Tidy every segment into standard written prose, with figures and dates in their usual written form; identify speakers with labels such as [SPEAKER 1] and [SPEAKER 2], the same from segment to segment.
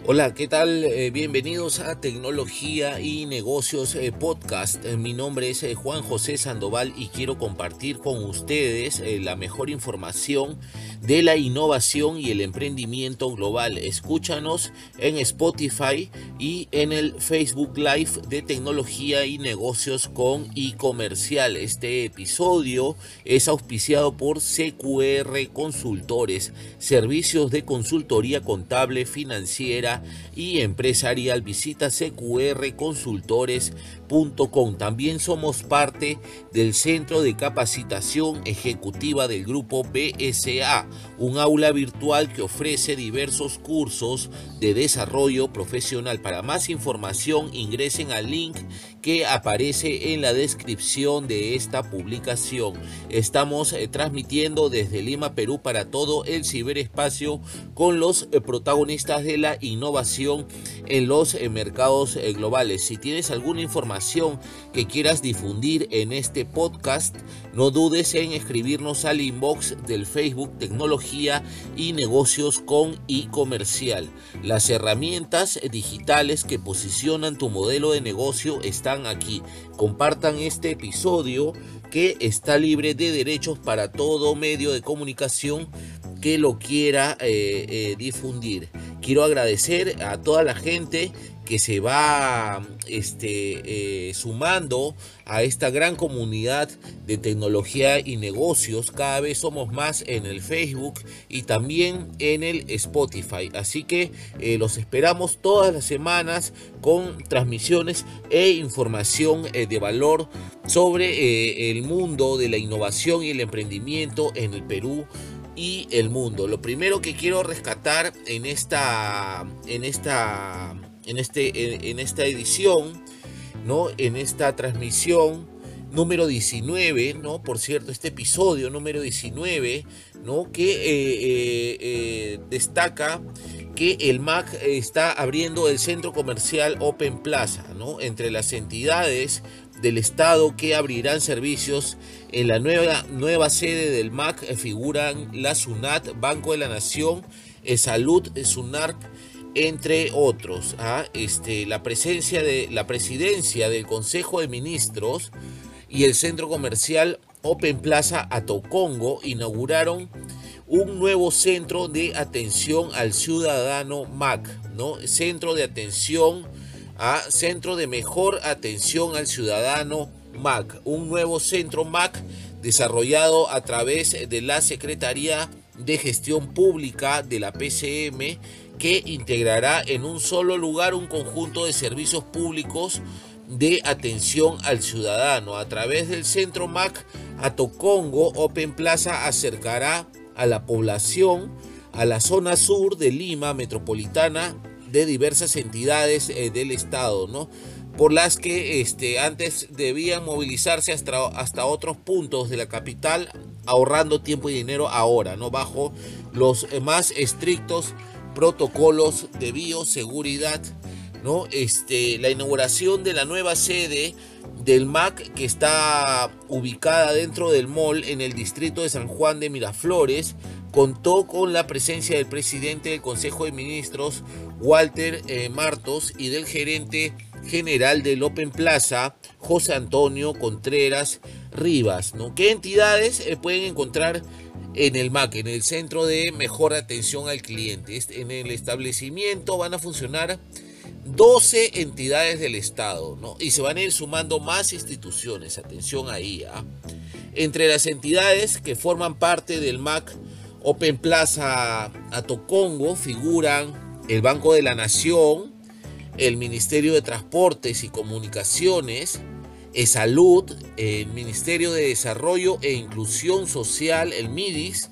[SPEAKER 1] Hola, ¿qué tal? Bienvenidos a Tecnología y Negocios Podcast. Mi nombre es Juan José Sandoval y quiero compartir con ustedes la mejor información de la innovación y el emprendimiento global. Escúchanos en Spotify y en el Facebook Live de Tecnología y Negocios con iComercial. Este episodio es auspiciado por CQR Consultores, servicios de consultoría contable, financiera y empresarial. Visita cqrconsultores.com. También somos parte del Centro de Capacitación Ejecutiva del Grupo BSA, un aula virtual que ofrece diversos cursos de desarrollo profesional. Para más información ingresen al link que aparece en la descripción de esta publicación. Estamos transmitiendo desde Lima, Perú, para todo el ciberespacio con los protagonistas de la innovación en los mercados globales. Si tienes alguna información que quieras difundir en este podcast, no dudes en escribirnos al inbox del Facebook Tecnología y Negocios con iComercial. Las herramientas digitales que posicionan tu modelo de negocio están aquí. Compartan este episodio que está libre de derechos para todo medio de comunicación que lo quiera difundir. Quiero agradecer a toda la gente que se va sumando a esta gran comunidad de tecnología y negocios. Cada vez somos más en el Facebook y también en el Spotify. Así que los esperamos todas las semanas con transmisiones e información de valor sobre el mundo de la innovación y el emprendimiento en el Perú y el mundo. Lo primero que quiero rescatar en esta edición, ¿no? En esta transmisión número 19, ¿no? Por cierto, este episodio número 19, ¿no? Que destaca que el MAC está abriendo el centro comercial Open Plaza, ¿no? Entre las entidades del Estado que abrirán servicios en la nueva sede del MAC figuran la SUNAT, Banco de la Nación, Salud, SUNARP, entre otros. La presidencia del Consejo de Ministros y el centro comercial Open Plaza Atocongo inauguraron un nuevo centro de atención al ciudadano MAC, ¿no? Centro de mejor atención al ciudadano MAC, un nuevo centro MAC desarrollado a través de la Secretaría de Gestión Pública de la PCM, que integrará en un solo lugar un conjunto de servicios públicos de atención al ciudadano. A través del centro MAC Atocongo, Open Plaza acercará a la población a la zona sur de Lima metropolitana de diversas entidades del estado, ¿no? Por las que antes debían movilizarse hasta otros puntos de la capital, ahorrando tiempo y dinero ahora, ¿no? Bajo los más estrictos protocolos de bioseguridad, ¿no? La inauguración de la nueva sede del MAC, que está ubicada dentro del mall en el distrito de San Juan de Miraflores, contó con la presencia del presidente del Consejo de Ministros, Walter Martos, y del gerente general del Open Plaza, José Antonio Contreras Rivas, ¿no? ¿Qué entidades pueden encontrar en el MAC, en el Centro de Mejor Atención al Cliente? En el establecimiento van a funcionar 12 entidades del Estado, ¿no? Y se van a ir sumando más instituciones. Atención ahí, Entre las entidades que forman parte del MAC Open Plaza Atocongo figuran el Banco de la Nación, el Ministerio de Transportes y Comunicaciones, Salud, el Ministerio de Desarrollo e Inclusión Social, el MIDIS,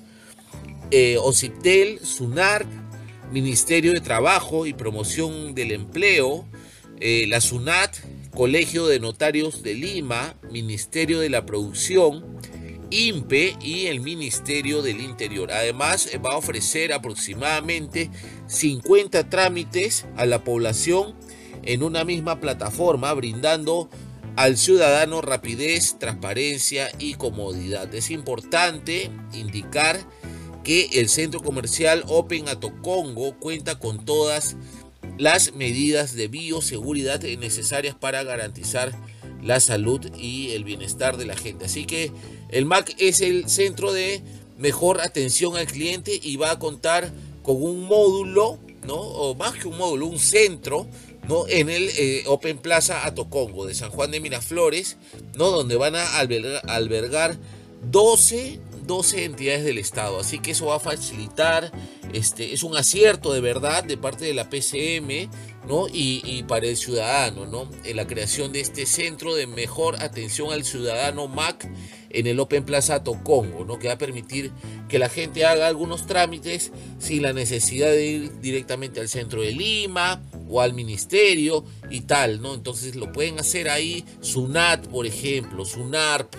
[SPEAKER 1] OCIPTEL, SUNARP, Ministerio de Trabajo y Promoción del Empleo, la SUNAT, Colegio de Notarios de Lima, Ministerio de la Producción, INPE y el Ministerio del Interior. Además, va a ofrecer aproximadamente 50 trámites a la población en una misma plataforma, brindando al ciudadano rapidez, transparencia y comodidad. Es importante indicar que el centro comercial Open Atocongo cuenta con todas las medidas de bioseguridad necesarias para garantizar la salud y el bienestar de la gente. Así que el MAC es el centro de mejor atención al cliente y va a contar con un módulo, ¿no? O más que un módulo, un centro, ¿no? En el Open Plaza Atocongo de San Juan de Miraflores, ¿no? Donde van a albergar 12 entidades del Estado. Así que eso va a facilitar, es un acierto de verdad de parte de la PCM, ¿no? Y para el ciudadano, ¿no? En la creación de este centro de mejor atención al ciudadano MAC en el Open Plaza Atocongo, ¿no? Que va a permitir que la gente haga algunos trámites sin la necesidad de ir directamente al centro de Lima o al ministerio y tal, ¿no? Entonces lo pueden hacer ahí, SUNAT, por ejemplo, SUNARP,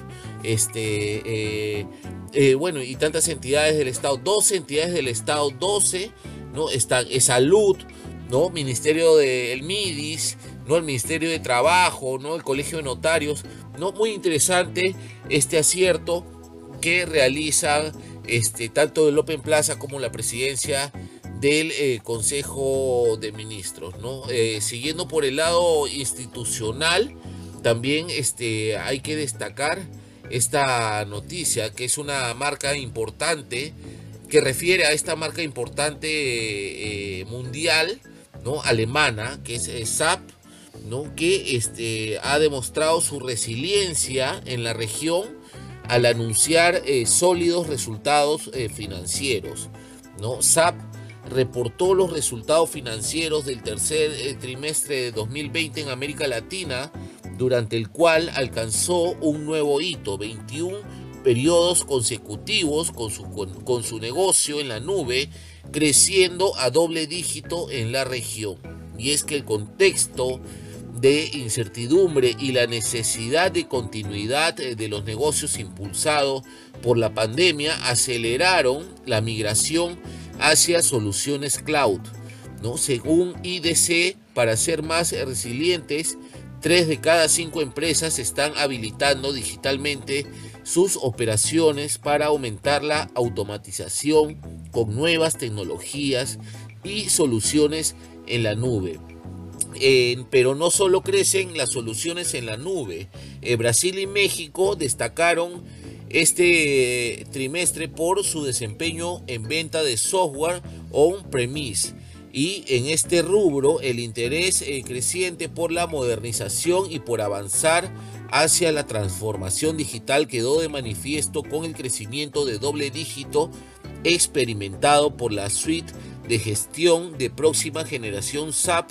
[SPEAKER 1] bueno, y tantas entidades del Estado, 12 entidades del Estado, 12, ¿no? Están Salud, ¿no? Ministerio del MIDIS, ¿no? El Ministerio de Trabajo, ¿no? El Colegio de Notarios, ¿no? Muy interesante este acierto que realizan tanto el Open Plaza como la presidencia del Consejo de Ministros, ¿no? Siguiendo por el lado institucional, también hay que destacar esta noticia, que es una marca importante, que refiere a esta marca importante mundial, ¿no? Alemana, que es SAP, ¿no? Que ha demostrado su resiliencia en la región al anunciar sólidos resultados financieros, ¿no? SAP reportó los resultados financieros del tercer trimestre de 2020 en América Latina, durante el cual alcanzó un nuevo hito, 21 periodos consecutivos con su negocio en la nube, creciendo a doble dígito en la región. Y es que el contexto de incertidumbre y la necesidad de continuidad de los negocios impulsados por la pandemia aceleraron la migración hacia soluciones cloud, ¿no? Según IDC, para ser más resilientes, 3 de cada 5 empresas están habilitando digitalmente sus operaciones para aumentar la automatización con nuevas tecnologías y soluciones en la nube. Pero no solo crecen las soluciones en la nube. Brasil y México destacaron este trimestre por su desempeño en venta de software on-premise. Y en este rubro el interés creciente por la modernización y por avanzar hacia la transformación digital quedó de manifiesto con el crecimiento de doble dígito experimentado por la suite de gestión de próxima generación SAP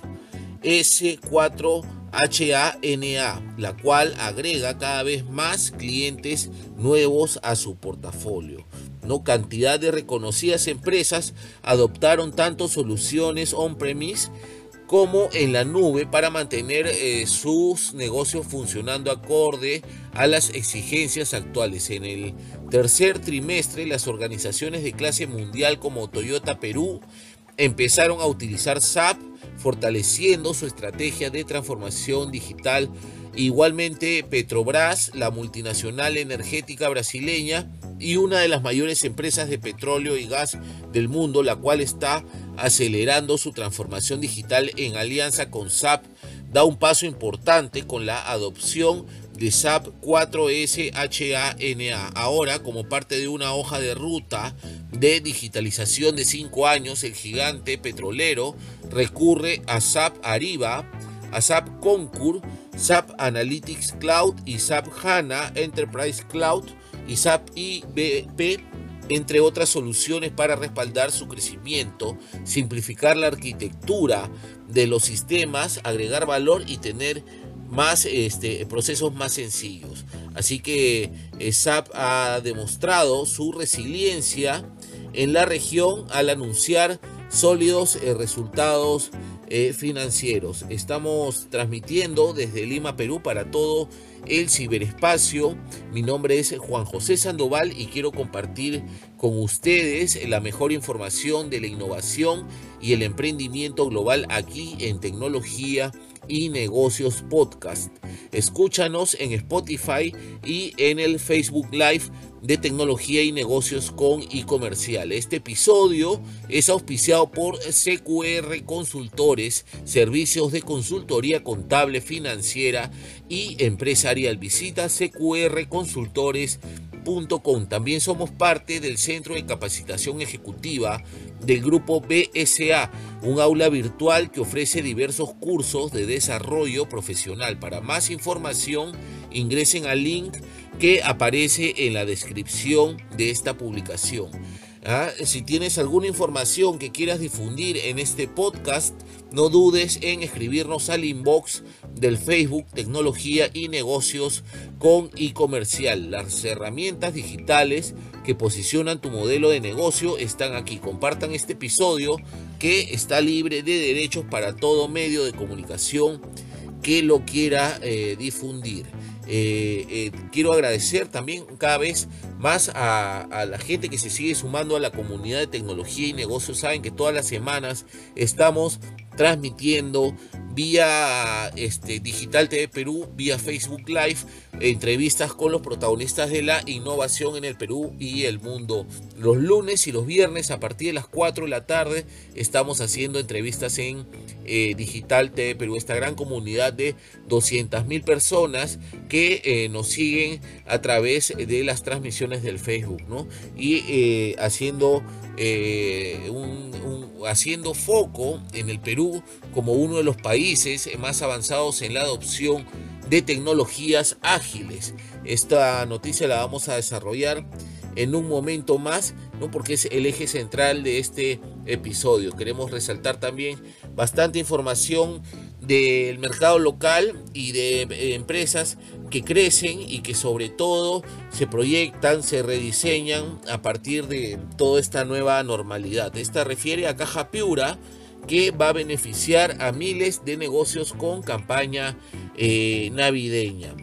[SPEAKER 1] S4HANA, la cual agrega cada vez más clientes nuevos a su portafolio. ¿No? Cantidad de reconocidas empresas adoptaron tanto soluciones on-premise como en la nube para mantener sus negocios funcionando acorde a las exigencias actuales. En el tercer trimestre, las organizaciones de clase mundial como Toyota Perú empezaron a utilizar SAP, fortaleciendo su estrategia de transformación digital. Igualmente, Petrobras, la multinacional energética brasileña y una de las mayores empresas de petróleo y gas del mundo, la cual está acelerando su transformación digital en alianza con SAP, da un paso importante con la adopción de SAP 4S HANA. Ahora, como parte de una hoja de ruta de digitalización de 5 años, el gigante petrolero recurre a SAP Ariba, a SAP Concur, SAP Analytics Cloud y SAP HANA Enterprise Cloud y SAP IBP, entre otras soluciones para respaldar su crecimiento, simplificar la arquitectura de los sistemas, agregar valor y tener más procesos más sencillos. Así que SAP ha demostrado su resiliencia en la región al anunciar sólidos resultados financieros. Estamos transmitiendo desde Lima, Perú, para todo el ciberespacio. Mi nombre es Juan José Sandoval y quiero compartir con ustedes la mejor información de la innovación y el emprendimiento global aquí en Tecnología y Negocios Podcast. Escúchanos en Spotify y en el Facebook Live de Tecnología y Negocios con iComercial. Este episodio es auspiciado por CQR Consultores, servicios de consultoría contable, financiera y empresarial. Visita cqrconsultores.com. También somos parte del Centro de Capacitación Ejecutiva del Grupo BSA, un aula virtual que ofrece diversos cursos de desarrollo profesional. Para más información, ingresen al link que aparece en la descripción de esta publicación. Si tienes alguna información que quieras difundir en este podcast, no dudes en escribirnos al inbox del Facebook Tecnología y Negocios con iComercial. Las herramientas digitales que posicionan tu modelo de negocio están aquí. Compartan este episodio que está libre de derechos para todo medio de comunicación que lo quiera difundir. Quiero agradecer también cada vez más a la gente que se sigue sumando a la comunidad de tecnología y negocios. Saben que todas las semanas estamos transmitiendo vía Digital TV Perú, vía Facebook Live, entrevistas con los protagonistas de la innovación en el Perú y el mundo. Los lunes y los viernes a partir de las 4 de la tarde estamos haciendo entrevistas en Digital TV Perú, esta gran comunidad de 200.000 personas que nos siguen a través de las transmisiones del Facebook, ¿no? Y haciendo foco en el Perú como uno de los países más avanzados en la adopción de tecnologías ágiles. Esta noticia la vamos a desarrollar en un momento más, ¿no? Porque es el eje central de este episodio. Queremos resaltar también bastante información del mercado local y de empresas que crecen y que sobre todo se proyectan, se rediseñan a partir de toda esta nueva normalidad. Esta refiere a Caja Piura, que va a beneficiar a miles de negocios con campaña navideña.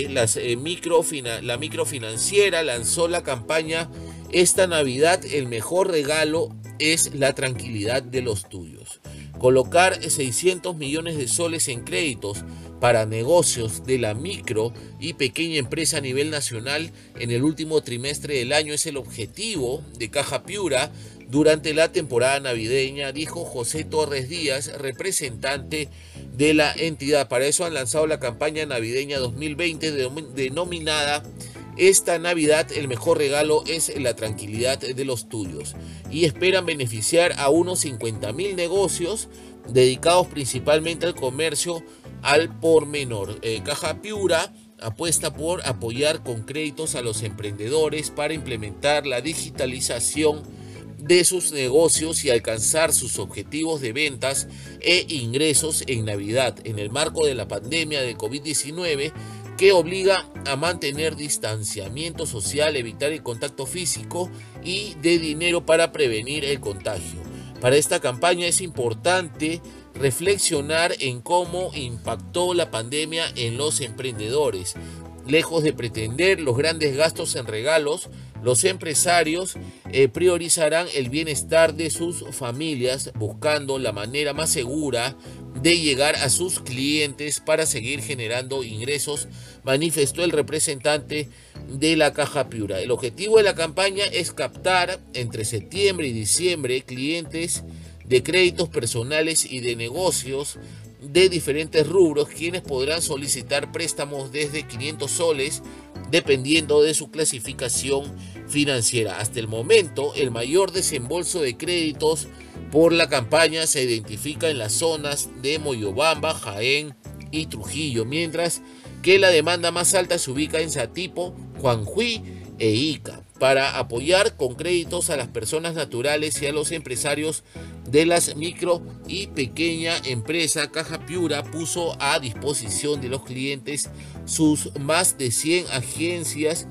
[SPEAKER 1] La microfinanciera lanzó la campaña "Esta Navidad el mejor regalo es la tranquilidad de los tuyos". Colocar 600 millones de soles en créditos para negocios de la micro y pequeña empresa a nivel nacional en el último trimestre del año es el objetivo de Caja Piura durante la temporada navideña, dijo José Torres Díaz, representante de la entidad. Para eso han lanzado la campaña navideña 2020 denominada "Esta Navidad el mejor regalo es la tranquilidad de los tuyos", y esperan beneficiar a unos 50.000 negocios dedicados principalmente al comercio al por menor. Caja Piura apuesta por apoyar con créditos a los emprendedores para implementar la digitalización de sus negocios y alcanzar sus objetivos de ventas e ingresos en Navidad, en el marco de la pandemia de COVID-19, que obliga a mantener distanciamiento social, evitar el contacto físico y de dinero para prevenir el contagio. Para esta campaña es importante reflexionar en cómo impactó la pandemia en los emprendedores. Lejos de pretender los grandes gastos en regalos, los empresarios priorizarán el bienestar de sus familias, buscando la manera más segura de llegar a sus clientes para seguir generando ingresos, manifestó el representante de la Caja Piura. El objetivo de la campaña es captar entre septiembre y diciembre clientes de créditos personales y de negocios de diferentes rubros, quienes podrán solicitar préstamos desde 500 soles dependiendo de su clasificación financiera. Hasta el momento, el mayor desembolso de créditos por la campaña se identifica en las zonas de Moyobamba, Jaén y Trujillo, mientras que la demanda más alta se ubica en Satipo, Juanjuy e Ica. Para apoyar con créditos a las personas naturales y a los empresarios de las micro y pequeña empresa, Caja Piura puso a disposición de los clientes sus más de 100 agencias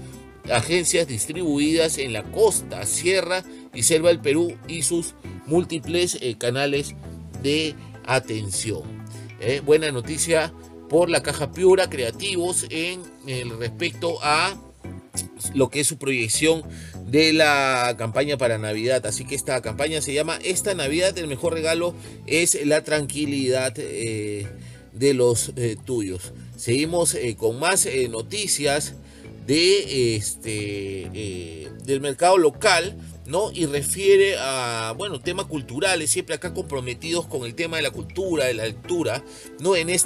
[SPEAKER 1] distribuidas en la costa, sierra y selva del Perú y sus múltiples canales de atención. Buena noticia por la Caja Piura, creativos en respecto a lo que es su proyección de la campaña para Navidad. Así que esta campaña se llama Esta Navidad el mejor regalo es la tranquilidad de los tuyos. Seguimos con más noticias del mercado local, ¿no? Y refiere a, bueno, temas culturales, siempre acá comprometidos con el tema de la cultura, de la lectura, ¿no? En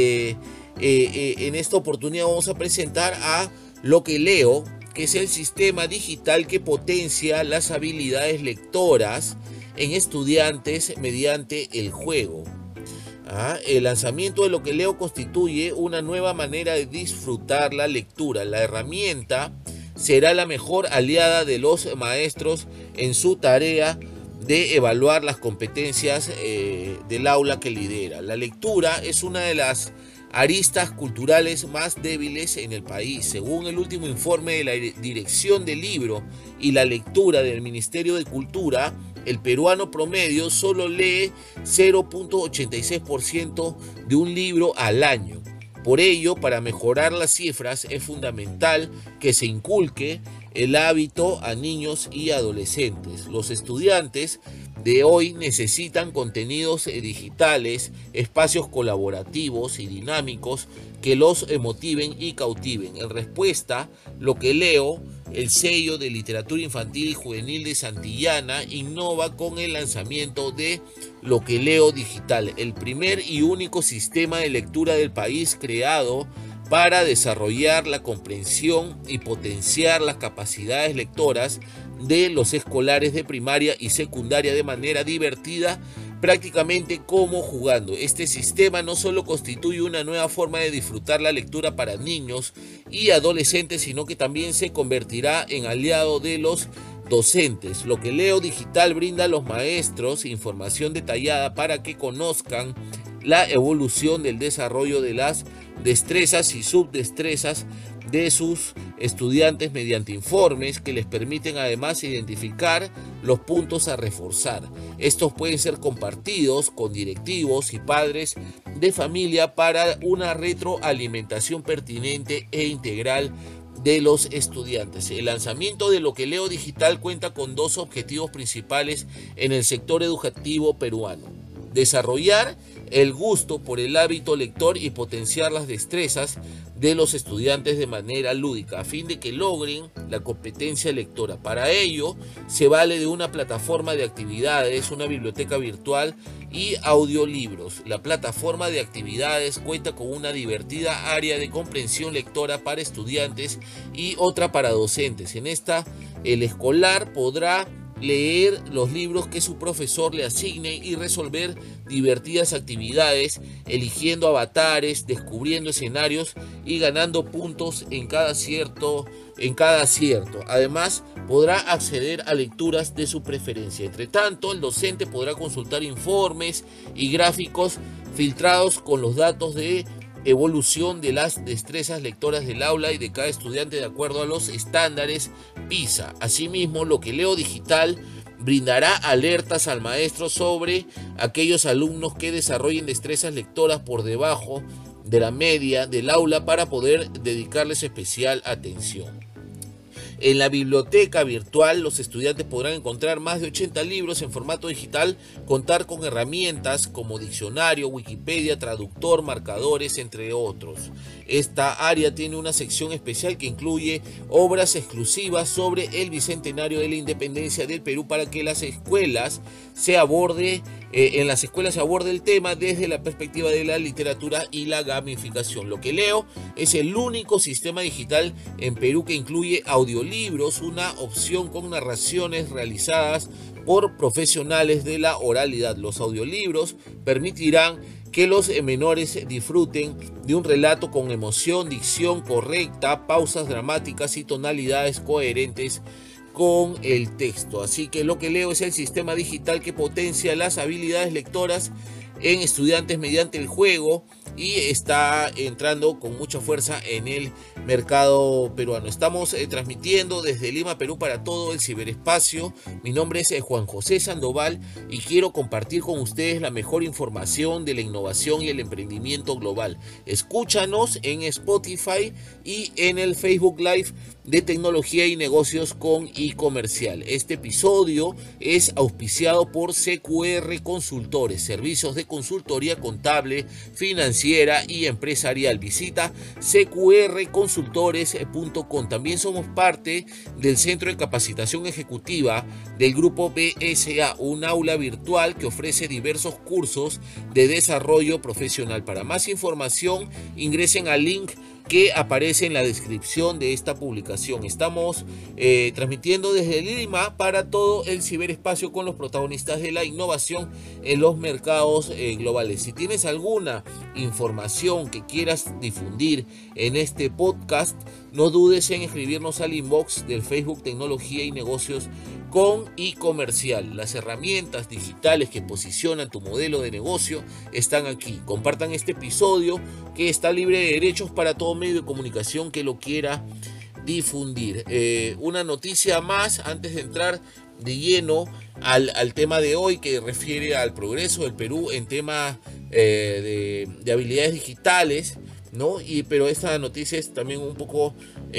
[SPEAKER 1] esta oportunidad vamos a presentar a Lo que leo, que es el sistema digital que potencia las habilidades lectoras en estudiantes mediante el juego. El lanzamiento de Lo que leo constituye una nueva manera de disfrutar la lectura. La herramienta será la mejor aliada de los maestros en su tarea de evaluar las competencias del aula que lidera. La lectura es una de las aristas culturales más débiles en el país. Según el último informe de la Dirección del Libro y la Lectura del Ministerio de Cultura, el peruano promedio solo lee 0.86% de un libro al año. Por ello, para mejorar las cifras es fundamental que se inculque el hábito a niños y adolescentes. Los estudiantes de hoy necesitan contenidos digitales, espacios colaborativos y dinámicos que los motiven y cautiven. En respuesta, Lo que leo, el sello de literatura infantil y juvenil de Santillana, innova con el lanzamiento de Lo que leo digital, el primer y único sistema de lectura del país creado para desarrollar la comprensión y potenciar las capacidades lectoras de los escolares de primaria y secundaria de manera divertida, prácticamente como jugando. Este sistema no solo constituye una nueva forma de disfrutar la lectura para niños y adolescentes, sino que también se convertirá en aliado de los docentes. Lo que leo digital brinda a los maestros información detallada para que conozcan la evolución del desarrollo de las destrezas y subdestrezas de sus estudiantes mediante informes que les permiten además identificar los puntos a reforzar. Estos pueden ser compartidos con directivos y padres de familia para una retroalimentación pertinente e integral de los estudiantes. El lanzamiento de Lo que leo digital cuenta con dos objetivos principales en el sector educativo peruano: desarrollar el gusto por el hábito lector y potenciar las destrezas de los estudiantes de manera lúdica a fin de que logren la competencia lectora. Para ello se vale de una plataforma de actividades, una biblioteca virtual y audiolibros. La plataforma de actividades cuenta con una divertida área de comprensión lectora para estudiantes y otra para docentes. En esta, el escolar podrá leer los libros que su profesor le asigne y resolver divertidas actividades, eligiendo avatares, descubriendo escenarios y ganando puntos en cada acierto. Además, podrá acceder a lecturas de su preferencia. Entre tanto, el docente podrá consultar informes y gráficos filtrados con los datos de evolución de las destrezas lectoras del aula y de cada estudiante de acuerdo a los estándares PISA. Asimismo, Lo que leo digital brindará alertas al maestro sobre aquellos alumnos que desarrollen destrezas lectoras por debajo de la media del aula para poder dedicarles especial atención. En la biblioteca virtual, los estudiantes podrán encontrar más de 80 libros en formato digital, contar con herramientas como diccionario, Wikipedia, traductor, marcadores, entre otros. Esta área tiene una sección especial que incluye obras exclusivas sobre el bicentenario de la independencia del Perú para que en las escuelas se aborde el tema desde la perspectiva de la literatura y la gamificación. Lo que leo es el único sistema digital en Perú que incluye audiolibros, una opción con narraciones realizadas por profesionales de la oralidad. Los audiolibros permitirán que los menores disfruten de un relato con emoción, dicción correcta, pausas dramáticas y tonalidades coherentes con el texto. Así que Lo que leo es el sistema digital que potencia las habilidades lectoras en estudiantes mediante el juego y está entrando con mucha fuerza en el mercado peruano. Estamos transmitiendo desde Lima, Perú, para todo el ciberespacio. Mi nombre es Juan José Sandoval y quiero compartir con ustedes la mejor información de la innovación y el emprendimiento global. Escúchanos en Spotify y en el Facebook Live de Tecnología y Negocios con iComercial. Este episodio es auspiciado por CQR Consultores, servicios de consultoría contable, financiera y empresarial. Visita cqrconsultores.com. También somos parte del Centro de Capacitación Ejecutiva del Grupo BSA, un aula virtual que ofrece diversos cursos de desarrollo profesional. Para más información, ingresen al link que aparece en la descripción de esta publicación. Estamos transmitiendo desde Lima para todo el ciberespacio con los protagonistas de la innovación en los mercados globales. Si tienes alguna información que quieras difundir en este podcast, no dudes en escribirnos al inbox del Facebook Tecnología y Negocios con iComercial. Las herramientas digitales que posicionan tu modelo de negocio están aquí. Compartan este episodio que está libre de derechos para todo medio de comunicación que lo quiera difundir. Una noticia más antes de entrar de lleno al tema de hoy, que refiere al progreso del Perú en temas de habilidades digitales, ¿no? Pero esta noticia es también un poco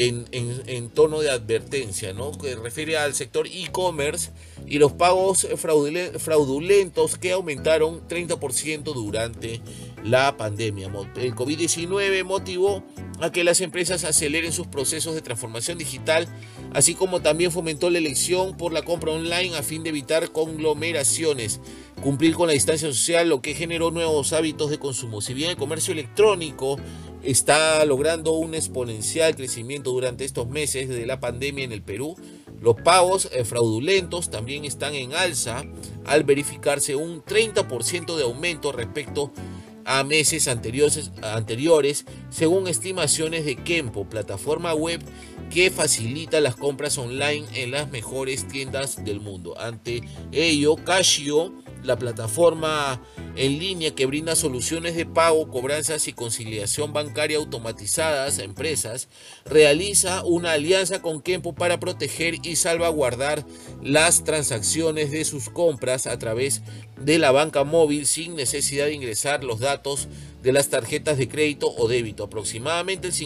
[SPEAKER 1] en tono de advertencia, ¿no? Que refiere al sector e-commerce y los pagos fraudulentos que aumentaron 30% durante la pandemia. El COVID-19 motivó a que las empresas aceleren sus procesos de transformación digital, así como también fomentó la elección por la compra online a fin de evitar conglomeraciones, cumplir con la distancia social, lo que generó nuevos hábitos de consumo. Si bien el comercio electrónico está logrando un exponencial crecimiento durante estos meses de la pandemia en el Perú, los pagos fraudulentos también están en alza al verificarse un 30% de aumento respecto a meses anteriores, según estimaciones de Kempo, plataforma web que facilita las compras online en las mejores tiendas del mundo. Ante ello, Cashio, la plataforma en línea que brinda soluciones de pago, cobranzas y conciliación bancaria automatizadas a empresas, realiza una alianza con Kempo para proteger y salvaguardar las transacciones de sus compras a través de la banca móvil sin necesidad de ingresar los datos de las tarjetas de crédito o débito. Aproximadamente el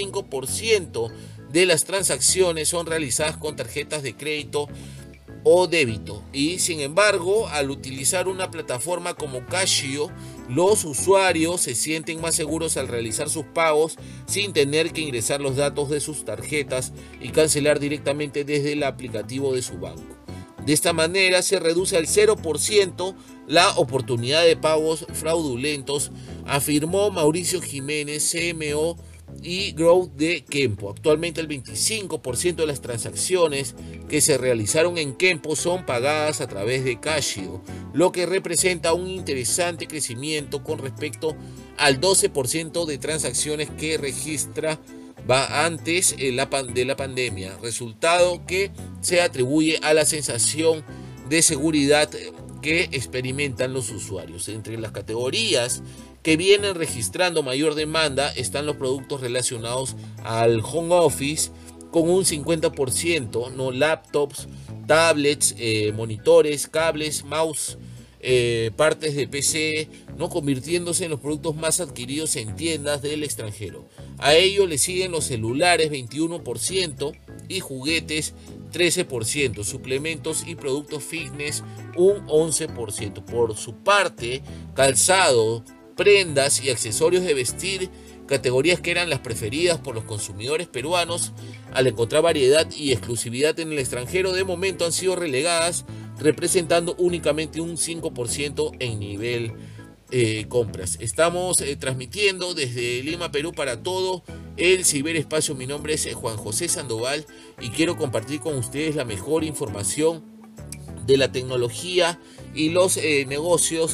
[SPEAKER 1] 55% de las transacciones son realizadas con tarjetas de crédito o débito, y sin embargo, al utilizar una plataforma como Cashio, los usuarios se sienten más seguros al realizar sus pagos sin tener que ingresar los datos de sus tarjetas y cancelar directamente desde el aplicativo de su banco. De esta manera se reduce al 0% la oportunidad de pagos fraudulentos, afirmó Mauricio Jiménez, CMO y Growth de Kempo. Actualmente el 25% de las transacciones que se realizaron en Kempo son pagadas a través de Cashio, lo que representa un interesante crecimiento con respecto al 12% de transacciones que registra antes de la pandemia, resultado que se atribuye a la sensación de seguridad que experimentan los usuarios. Entre las categorías que vienen registrando mayor demanda están los productos relacionados al home office con un 50%, ¿no? Laptops, tablets, monitores, cables, mouse, partes de PC, ¿no? Convirtiéndose en los productos más adquiridos en tiendas del extranjero. A ello le siguen los celulares 21% y juguetes 13%, suplementos y productos fitness un 11%. Por su parte, calzado, prendas y accesorios de vestir, categorías que eran las preferidas por los consumidores peruanos, al encontrar variedad y exclusividad en el extranjero, de momento han sido relegadas, representando únicamente un 5% en nivel compras. Estamos transmitiendo desde Lima, Perú, para todo el ciberespacio. Mi nombre es Juan José Sandoval y quiero compartir con ustedes la mejor información de la tecnología y los negocios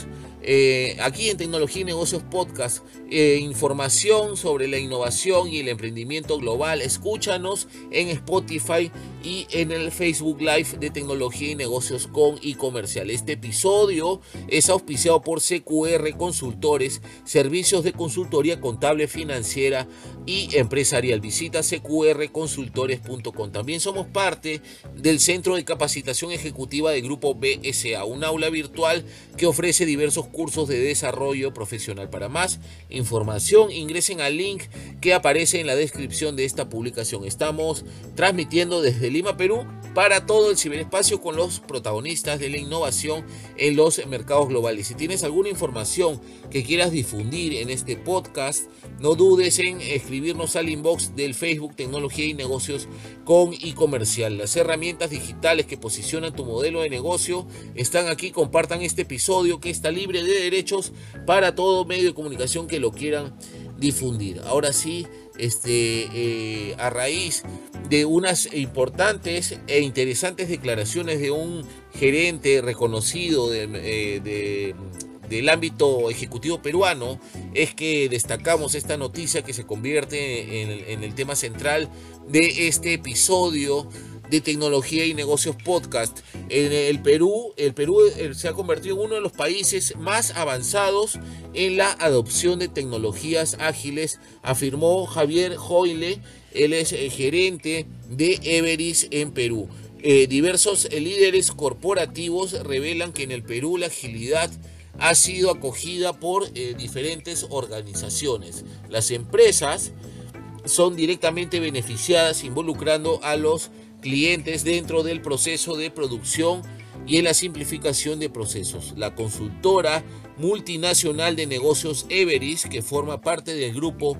[SPEAKER 1] aquí en Tecnología y Negocios Podcast, información sobre la innovación y el emprendimiento global. Escúchanos en Spotify y en el Facebook Live de Tecnología y Negocios con e-comercial. Este episodio es auspiciado por CQR Consultores, servicios de consultoría contable, financiera y empresarial. Visita cqrconsultores.com. También somos parte del Centro de Capacitación Ejecutiva del Grupo BSA, un aula virtual que ofrece diversos cursos de desarrollo profesional. Para más información, ingresen al link que aparece en la descripción de esta publicación. Estamos transmitiendo desde Lima, Perú, para todo el ciberespacio con los protagonistas de la innovación en los mercados globales. Si tienes alguna información que quieras difundir en este podcast, no dudes en escribirnos al inbox del Facebook Tecnología y Negocios con e-comercial. Las herramientas digitales que posicionan tu modelo de negocio están aquí. Compartan este episodio que está libre de derechos para todo medio de comunicación que lo quieran difundir. Ahora sí, a raíz de unas importantes e interesantes declaraciones de un gerente reconocido del ámbito ejecutivo peruano, es que destacamos esta noticia que se convierte en el tema central de este episodio de Tecnología y Negocios Podcast. En el Perú se ha convertido en uno de los países más avanzados en la adopción de tecnologías ágiles, afirmó Javier Hoyle. Él es gerente de Everis en Perú. Diversos líderes corporativos revelan que en el Perú la agilidad ha sido acogida por diferentes organizaciones. Las empresas son directamente beneficiadas involucrando a los clientes dentro del proceso de producción y en la simplificación de procesos. La consultora multinacional de negocios Everis, que forma parte del grupo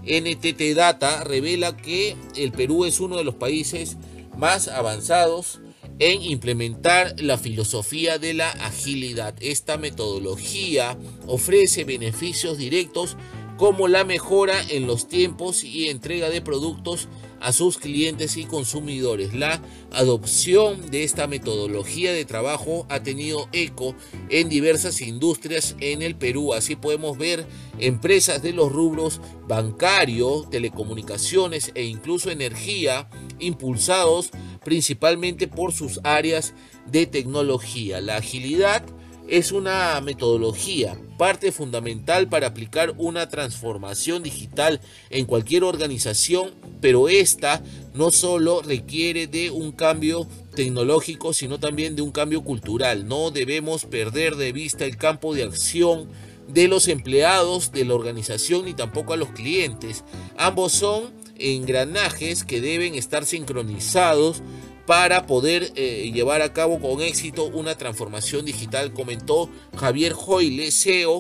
[SPEAKER 1] NTT Data, revela que el Perú es uno de los países más avanzados en implementar la filosofía de la agilidad. Esta metodología ofrece beneficios directos como la mejora en los tiempos y entrega de productos a sus clientes y consumidores. La adopción de esta metodología de trabajo ha tenido eco en diversas industrias en el Perú. Así podemos ver empresas de los rubros bancario, telecomunicaciones e incluso energía, impulsados principalmente por sus áreas de tecnología. La agilidad es una metodología, parte fundamental para aplicar una transformación digital en cualquier organización, pero esta no solo requiere de un cambio tecnológico, sino también de un cambio cultural. No debemos perder de vista el campo de acción de los empleados de la organización ni tampoco a los clientes. Ambos son engranajes que deben estar sincronizados para poder llevar a cabo con éxito una transformación digital, comentó Javier Hoyle, CEO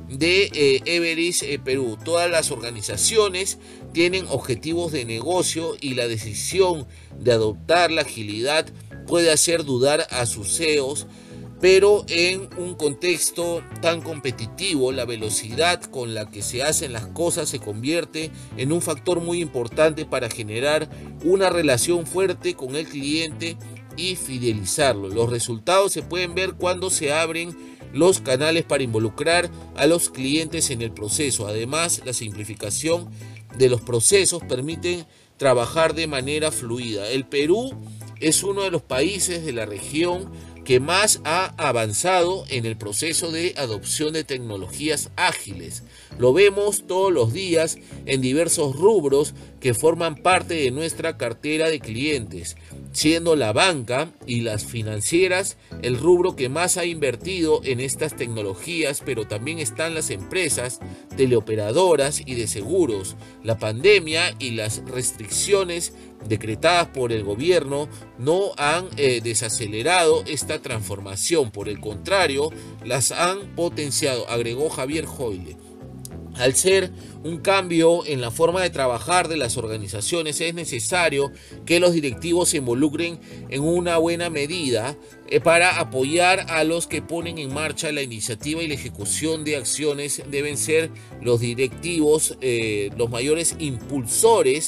[SPEAKER 1] de Everis Perú. Todas las organizaciones tienen objetivos de negocio y la decisión de adoptar la agilidad puede hacer dudar a sus CEOs, pero en un contexto tan competitivo, la velocidad con la que se hacen las cosas se convierte en un factor muy importante para generar una relación fuerte con el cliente y fidelizarlo. Los resultados se pueden ver cuando se abren los canales para involucrar a los clientes en el proceso. Además, la simplificación de los procesos permite trabajar de manera fluida. El Perú es uno de los países de la región que más ha avanzado en el proceso de adopción de tecnologías ágiles. Lo vemos todos los días en diversos rubros que forman parte de nuestra cartera de clientes, siendo la banca y las financieras el rubro que más ha invertido en estas tecnologías, pero también están las empresas teleoperadoras y de seguros. La pandemia y las restricciones decretadas por el gobierno no han desacelerado esta transformación, por el contrario, las han potenciado, agregó Javier Hoyle. Al ser un cambio en la forma de trabajar de las organizaciones, es necesario que los directivos se involucren en una buena medida para apoyar a los que ponen en marcha la iniciativa y la ejecución de acciones. Deben ser los directivos los mayores impulsores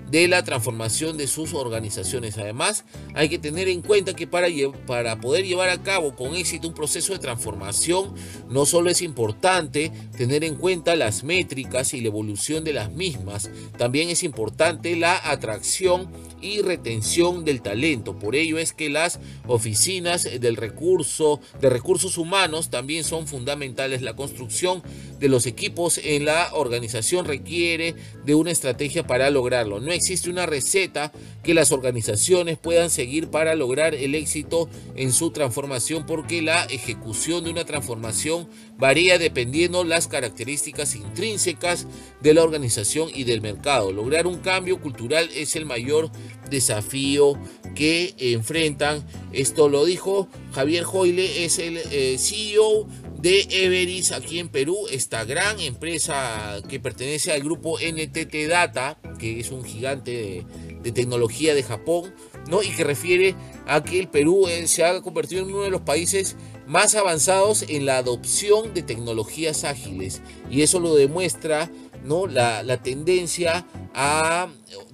[SPEAKER 1] de la transformación de sus organizaciones. Además, hay que tener en cuenta que para poder llevar a cabo con éxito un proceso de transformación, no solo es importante tener en cuenta las métricas y la evolución de las mismas, también es importante la atracción y retención del talento. Por ello es que las oficinas de recursos humanos también son fundamentales. La construcción de los equipos en la organización requiere de una estrategia para lograrlo. No existe una receta que las organizaciones puedan seguir para lograr el éxito en su transformación, porque la ejecución de una transformación varía dependiendo las características intrínsecas de la organización y del mercado. Lograr un cambio cultural es el mayor desafío que enfrentan. Esto lo dijo Javier Hoyle, es el CEO de Everis aquí en Perú, esta gran empresa que pertenece al grupo NTT Data, que es un gigante de tecnología de Japón, ¿no? Y que refiere a que el Perú se ha convertido en uno de los países más avanzados en la adopción de tecnologías ágiles, y eso lo demuestra, ¿no?, la tendencia a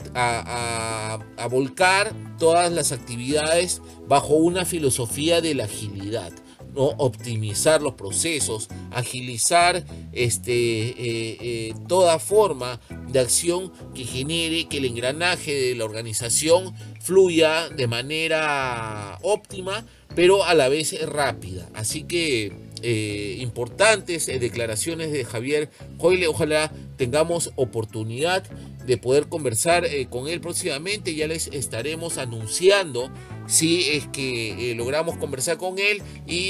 [SPEAKER 1] volcar todas las actividades bajo una filosofía de la agilidad, ¿no? Optimizar los procesos, agilizar toda forma de acción que genere que el engranaje de la organización fluya de manera óptima, pero a la vez rápida. Así que importantes declaraciones de Javier Hoyle. Ojalá tengamos oportunidad de poder conversar con él próximamente. Ya les estaremos anunciando si es que logramos conversar con él,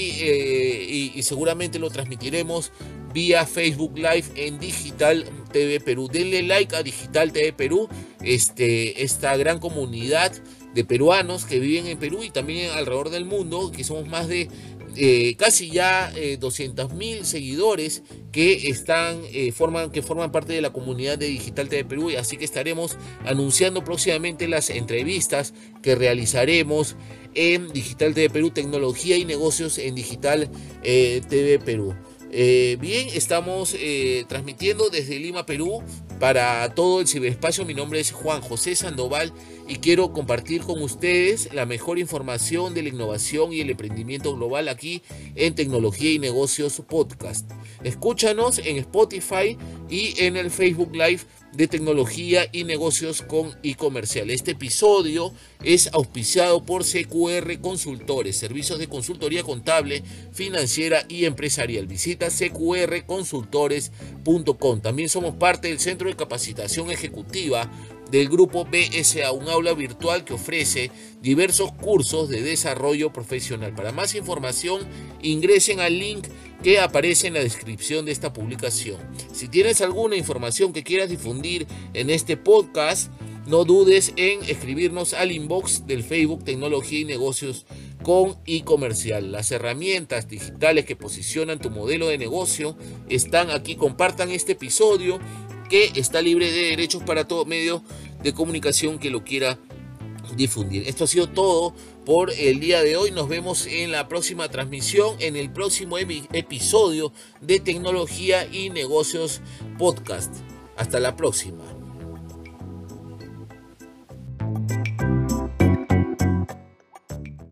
[SPEAKER 1] y seguramente lo transmitiremos vía Facebook Live en Digital TV Perú. Denle like a Digital TV Perú, esta gran comunidad de peruanos que viven en Perú y también alrededor del mundo, que somos más de casi ya 200.000 seguidores que forman parte de la comunidad de Digital TV Perú. Así que estaremos anunciando próximamente las entrevistas que realizaremos en Digital TV Perú, tecnología y negocios en Digital TV Perú. Bien, estamos transmitiendo desde Lima, Perú, para todo el ciberespacio. Mi nombre es Juan José Sandoval y quiero compartir con ustedes la mejor información de la innovación y el emprendimiento global aquí en Tecnología y Negocios Podcast. Escúchanos en Spotify y en el Facebook Live de Tecnología y Negocios con e-comercial. Este episodio es auspiciado por CQR Consultores, servicios de consultoría contable, financiera y empresarial. Visita cqrconsultores.com. También somos parte del Centro de Capacitación Ejecutiva del Grupo BSA, un aula virtual que ofrece diversos cursos de desarrollo profesional. Para más información, ingresen al link que aparece en la descripción de esta publicación. Si tienes alguna información que quieras difundir en este podcast, no dudes en escribirnos al inbox del Facebook Tecnología y Negocios con e-comercial. Las herramientas digitales que posicionan tu modelo de negocio están aquí. Compartan este episodio, que está libre de derechos para todo medio de comunicación que lo quiera difundir. Esto ha sido todo por el día de hoy. Nos vemos en la próxima transmisión, en el próximo episodio de Tecnología y Negocios Podcast. Hasta la próxima.